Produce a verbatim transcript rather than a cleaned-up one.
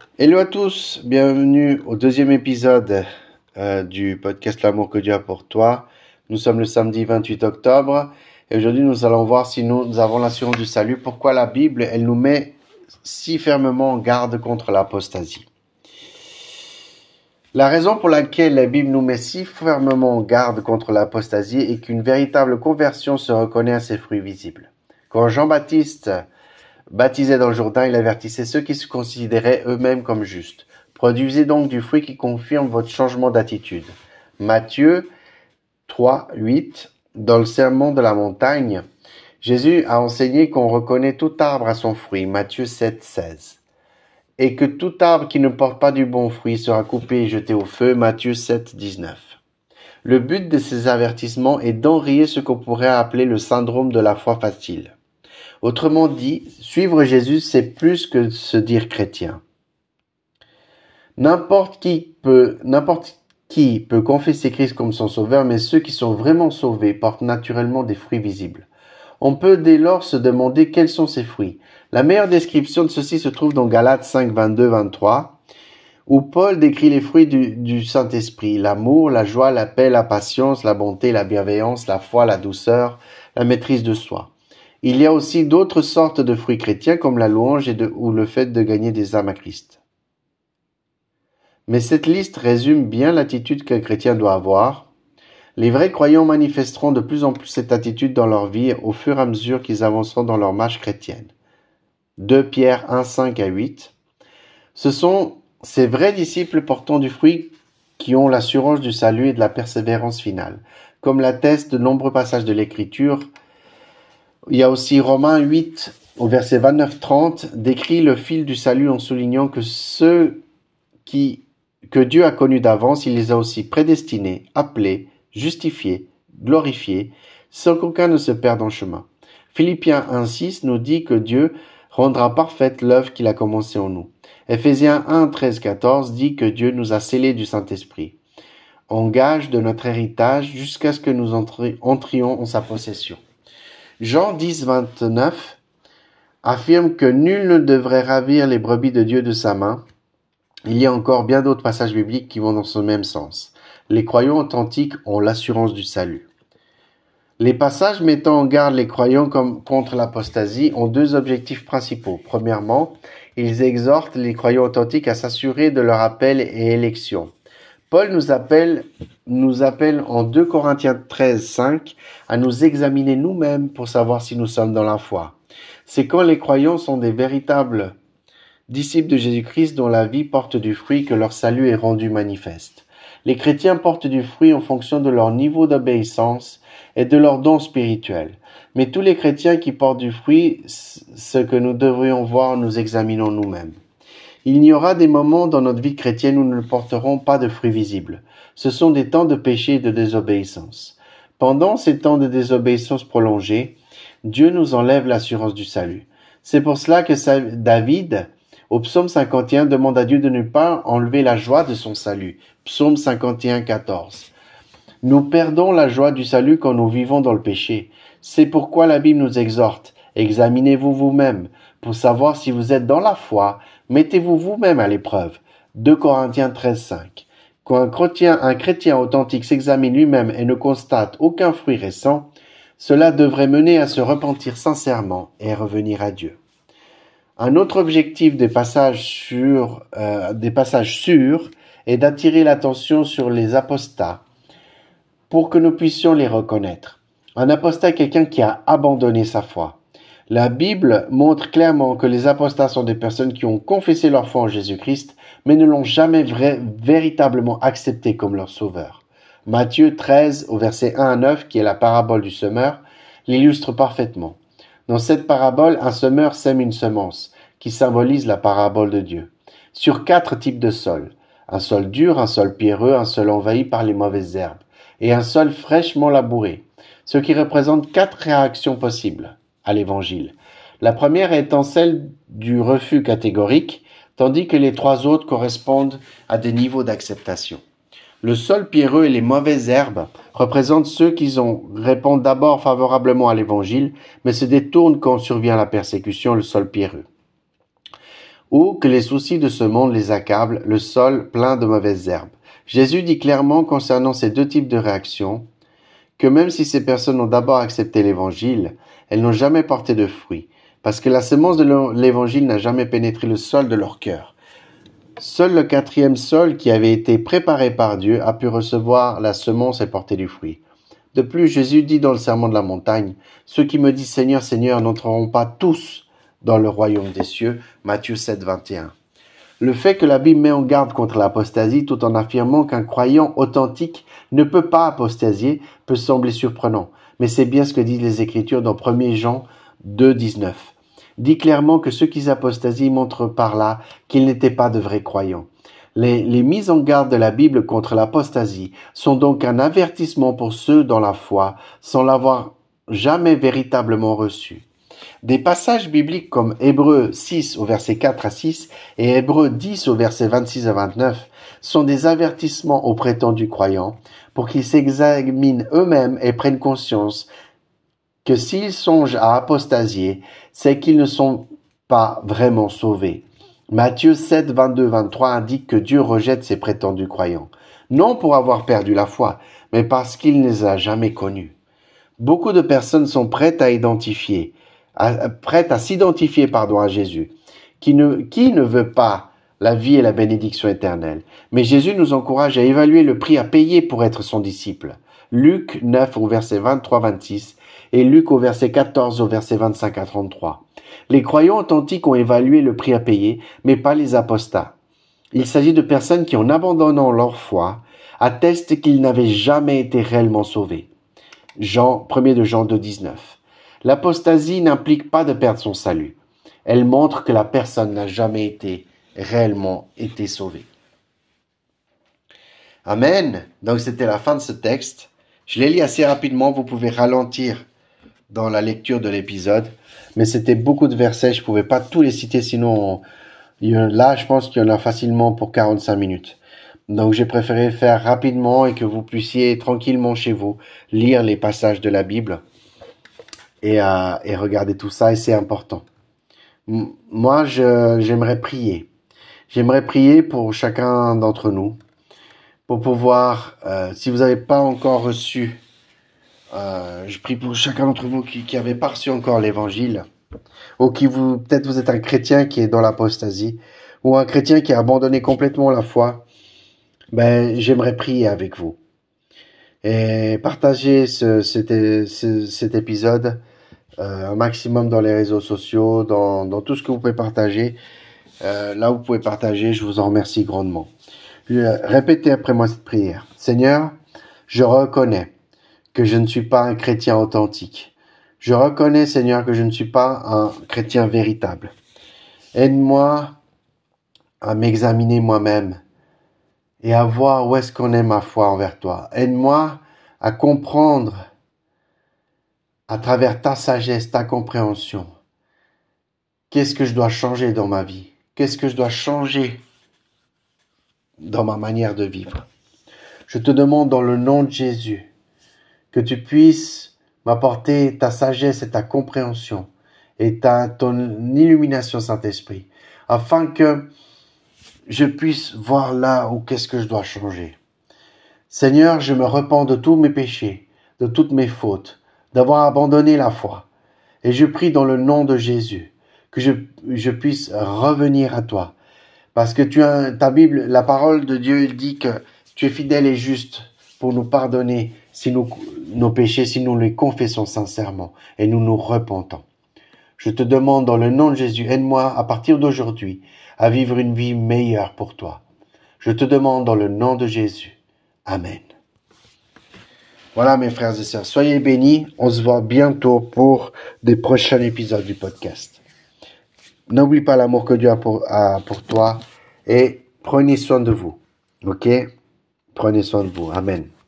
Hello à tous, bienvenue au deuxième épisode euh, du podcast L'amour que Dieu a pour toi. Nous sommes le samedi vingt-huit octobre et aujourd'hui nous allons voir si nous, nous avons l'assurance du salut, pourquoi la Bible elle nous met si fermement en garde contre l'apostasie. La raison pour laquelle la Bible nous met si fermement en garde contre l'apostasie est qu'une véritable conversion se reconnaît à ses fruits visibles. Quand Jean-Baptiste baptisé dans le Jourdain, il avertissait ceux qui se considéraient eux-mêmes comme justes. Produisez donc du fruit qui confirme votre changement d'attitude. Matthieu trois, huit. Dans le sermon de la montagne, Jésus a enseigné qu'on reconnaît tout arbre à son fruit. Matthieu sept, seize. Et que tout arbre qui ne porte pas du bon fruit sera coupé et jeté au feu. Matthieu sept, dix-neuf. Le but de ces avertissements est d'enrayer ce qu'on pourrait appeler le syndrome de la foi facile. Autrement dit, suivre Jésus, c'est plus que se dire chrétien. N'importe qui peut, n'importe qui peut confesser Christ comme son sauveur, mais ceux qui sont vraiment sauvés portent naturellement des fruits visibles. On peut dès lors se demander quels sont ces fruits. La meilleure description de ceci se trouve dans Galates cinq, vingt-deux, vingt-trois, où Paul décrit les fruits du, du Saint-Esprit, l'amour, la joie, la paix, la patience, la bonté, la bienveillance, la foi, la douceur, la maîtrise de soi. Il y a aussi d'autres sortes de fruits chrétiens comme la louange et de, ou le fait de gagner des âmes à Christ. Mais cette liste résume bien l'attitude qu'un chrétien doit avoir. Les vrais croyants manifesteront de plus en plus cette attitude dans leur vie au fur et à mesure qu'ils avanceront dans leur marche chrétienne. deux Pierre un, cinq à huit. Ce sont ces vrais disciples portant du fruit qui ont l'assurance du salut et de la persévérance finale, comme l'attestent de nombreux passages de l'Écriture. Il y a aussi Romains huit, au verset vingt-neuf trente, décrit le fil du salut en soulignant que ceux qui, que Dieu a connus d'avance, il les a aussi prédestinés, appelés, justifiés, glorifiés, sans qu'aucun ne se perde en chemin. Philippiens un, six nous dit que Dieu rendra parfaite l'œuvre qu'il a commencée en nous. Éphésiens un, treize, quatorze dit que Dieu nous a scellés du Saint-Esprit, en gage de notre héritage jusqu'à ce que nous entri- entrions en sa possession. Jean dix, vingt-neuf affirme que nul ne devrait ravir les brebis de Dieu de sa main. Il y a encore bien d'autres passages bibliques qui vont dans ce même sens. Les croyants authentiques ont l'assurance du salut. Les passages mettant en garde les croyants comme contre l'apostasie ont deux objectifs principaux. Premièrement, ils exhortent les croyants authentiques à s'assurer de leur appel et élection. Paul nous appelle, nous appelle en deux Corinthiens treize, cinq à nous examiner nous-mêmes pour savoir si nous sommes dans la foi. C'est quand les croyants sont des véritables disciples de Jésus-Christ dont la vie porte du fruit que leur salut est rendu manifeste. Les chrétiens portent du fruit en fonction de leur niveau d'obéissance et de leur don spirituel. Mais tous les chrétiens qui portent du fruit, ce que nous devrions voir, nous examinons nous-mêmes. Il y aura des moments dans notre vie chrétienne où nous ne porterons pas de fruits visibles. Ce sont des temps de péché et de désobéissance. Pendant ces temps de désobéissance prolongés, Dieu nous enlève l'assurance du salut. C'est pour cela que David, au psaume cinquante et un, demande à Dieu de ne pas enlever la joie de son salut. Psaume cinquante et un, quatorze. Nous perdons la joie du salut quand nous vivons dans le péché. C'est pourquoi la Bible nous exhorte. Examinez-vous vous-même pour savoir si vous êtes dans la foi. Mettez-vous vous-même à l'épreuve. deux Corinthiens treize, cinq. Quand un chrétien, un chrétien authentique s'examine lui-même et ne constate aucun fruit récent, cela devrait mener à se repentir sincèrement et à revenir à Dieu. Un autre objectif des passages sur, euh, des passages sûrs est d'attirer l'attention sur les apostats pour que nous puissions les reconnaître. Un apostat est quelqu'un qui a abandonné sa foi. La Bible montre clairement que les apostats sont des personnes qui ont confessé leur foi en Jésus-Christ, mais ne l'ont jamais vrai, véritablement accepté comme leur sauveur. Matthieu treize, au verset un à neuf, qui est la parabole du semeur, l'illustre parfaitement. Dans cette parabole, un semeur sème une semence, qui symbolise la parabole de Dieu, sur quatre types de sols. Un sol dur, un sol pierreux, un sol envahi par les mauvaises herbes, et un sol fraîchement labouré, ce qui représente quatre réactions possibles à l'évangile. La première étant celle du refus catégorique, tandis que les trois autres correspondent à des niveaux d'acceptation. Le sol pierreux et les mauvaises herbes représentent ceux qui ont, répondent d'abord favorablement à l'évangile, mais se détournent quand survient la persécution, le sol pierreux. ou que les soucis de ce monde les accablent, le sol plein de mauvaises herbes. Jésus dit clairement concernant ces deux types de réactions que même si ces personnes ont d'abord accepté l'évangile, elles n'ont jamais porté de fruits, parce que la semence de l'évangile n'a jamais pénétré le sol de leur cœur. Seul le quatrième sol qui avait été préparé par Dieu a pu recevoir la semence et porter du fruit. De plus, Jésus dit dans le sermon de la montagne, « Ceux qui me disent Seigneur, Seigneur n'entreront pas tous dans le royaume des cieux. » Matthieu sept, vingt et un. Le fait que la Bible met en garde contre l'apostasie tout en affirmant qu'un croyant authentique ne peut pas apostasier peut sembler surprenant, mais c'est bien ce que disent les Écritures dans premier Jean deux, dix-neuf. Dit clairement que ceux qui apostasient montrent par là qu'ils n'étaient pas de vrais croyants. Les, les mises en garde de la Bible contre l'apostasie sont donc un avertissement pour ceux dans la foi sans l'avoir jamais véritablement reçu. Des passages bibliques comme Hébreux six au verset quatre à six et Hébreux dix au verset vingt-six à vingt-neuf sont des avertissements aux prétendus croyants pour qu'ils s'examinent eux-mêmes et prennent conscience que s'ils songent à apostasier, c'est qu'ils ne sont pas vraiment sauvés. Matthieu sept, vingt-deux, vingt-trois indique que Dieu rejette ses prétendus croyants, non pour avoir perdu la foi, mais parce qu'il ne les a jamais connus. Beaucoup de personnes sont prêtes à identifier, à, prêtes à s'identifier pardon, à Jésus, qui ne, qui ne veut pas la vie et la bénédiction éternelle. Mais Jésus nous encourage à évaluer le prix à payer pour être son disciple. Luc neuf au verset vingt-trois à vingt-six et Luc au verset quatorze au verset vingt-cinq à trente-trois. Les croyants authentiques ont évalué le prix à payer, mais pas les apostats. Il s'agit de personnes qui, en abandonnant leur foi, attestent qu'ils n'avaient jamais été réellement sauvés. Jean, premier de Jean deux, dix-neuf. L'apostasie n'implique pas de perdre son salut. Elle montre que la personne n'a jamais été réellement été sauvée. Amen. Donc c'était la fin de ce texte. Je l'ai lu assez rapidement, vous pouvez ralentir dans la lecture de l'épisode. Mais c'était beaucoup de versets, je pouvais pas tous les citer, sinon on, là je pense qu'il y en a facilement pour quarante-cinq minutes. Donc j'ai préféré faire rapidement et que vous puissiez tranquillement chez vous lire les passages de la Bible et, euh, et regarder tout ça, et c'est important. M- moi je, j'aimerais prier. J'aimerais prier pour chacun d'entre nous, pour pouvoir, euh, si vous n'avez pas encore reçu, euh, je prie pour chacun d'entre vous qui n'avait pas reçu encore l'évangile, ou qui vous, peut-être vous êtes un chrétien qui est dans l'apostasie, ou un chrétien qui a abandonné complètement la foi, ben, j'aimerais prier avec vous. Et partager ce, cet, ce, cet épisode euh, un maximum dans les réseaux sociaux, dans, dans tout ce que vous pouvez partager. Euh, là où vous pouvez partager, je vous en remercie grandement. Euh, répétez après moi cette prière. Seigneur, je reconnais que je ne suis pas un chrétien authentique. Je reconnais, Seigneur, que je ne suis pas un chrétien véritable. Aide-moi à m'examiner moi-même et à voir où est-ce qu'on est ma foi envers toi. Aide-moi à comprendre à travers ta sagesse, ta compréhension, qu'est-ce que je dois changer dans ma vie, qu'est-ce que je dois changer dans ma manière de vivre. Je te demande dans le nom de Jésus que tu puisses m'apporter ta sagesse et ta compréhension et ta, ton illumination, Saint-Esprit, afin que je puisse voir là où qu'est-ce que je dois changer. Seigneur, je me repens de tous mes péchés, de toutes mes fautes, d'avoir abandonné la foi. Et je prie dans le nom de Jésus que je, je puisse revenir à toi. Parce que tu as ta Bible, la parole de Dieu, il dit que tu es fidèle et juste pour nous pardonner si nous, nos péchés, si nous les confessons sincèrement et nous nous repentons. Je te demande dans le nom de Jésus, aide-moi à partir d'aujourd'hui à vivre une vie meilleure pour toi. Je te demande dans le nom de Jésus. Amen. Voilà mes frères et sœurs, soyez bénis. On se voit bientôt pour des prochains épisodes du podcast. N'oublie pas l'amour que Dieu a pour, a pour toi et prenez soin de vous. Ok? Prenez soin de vous. Amen.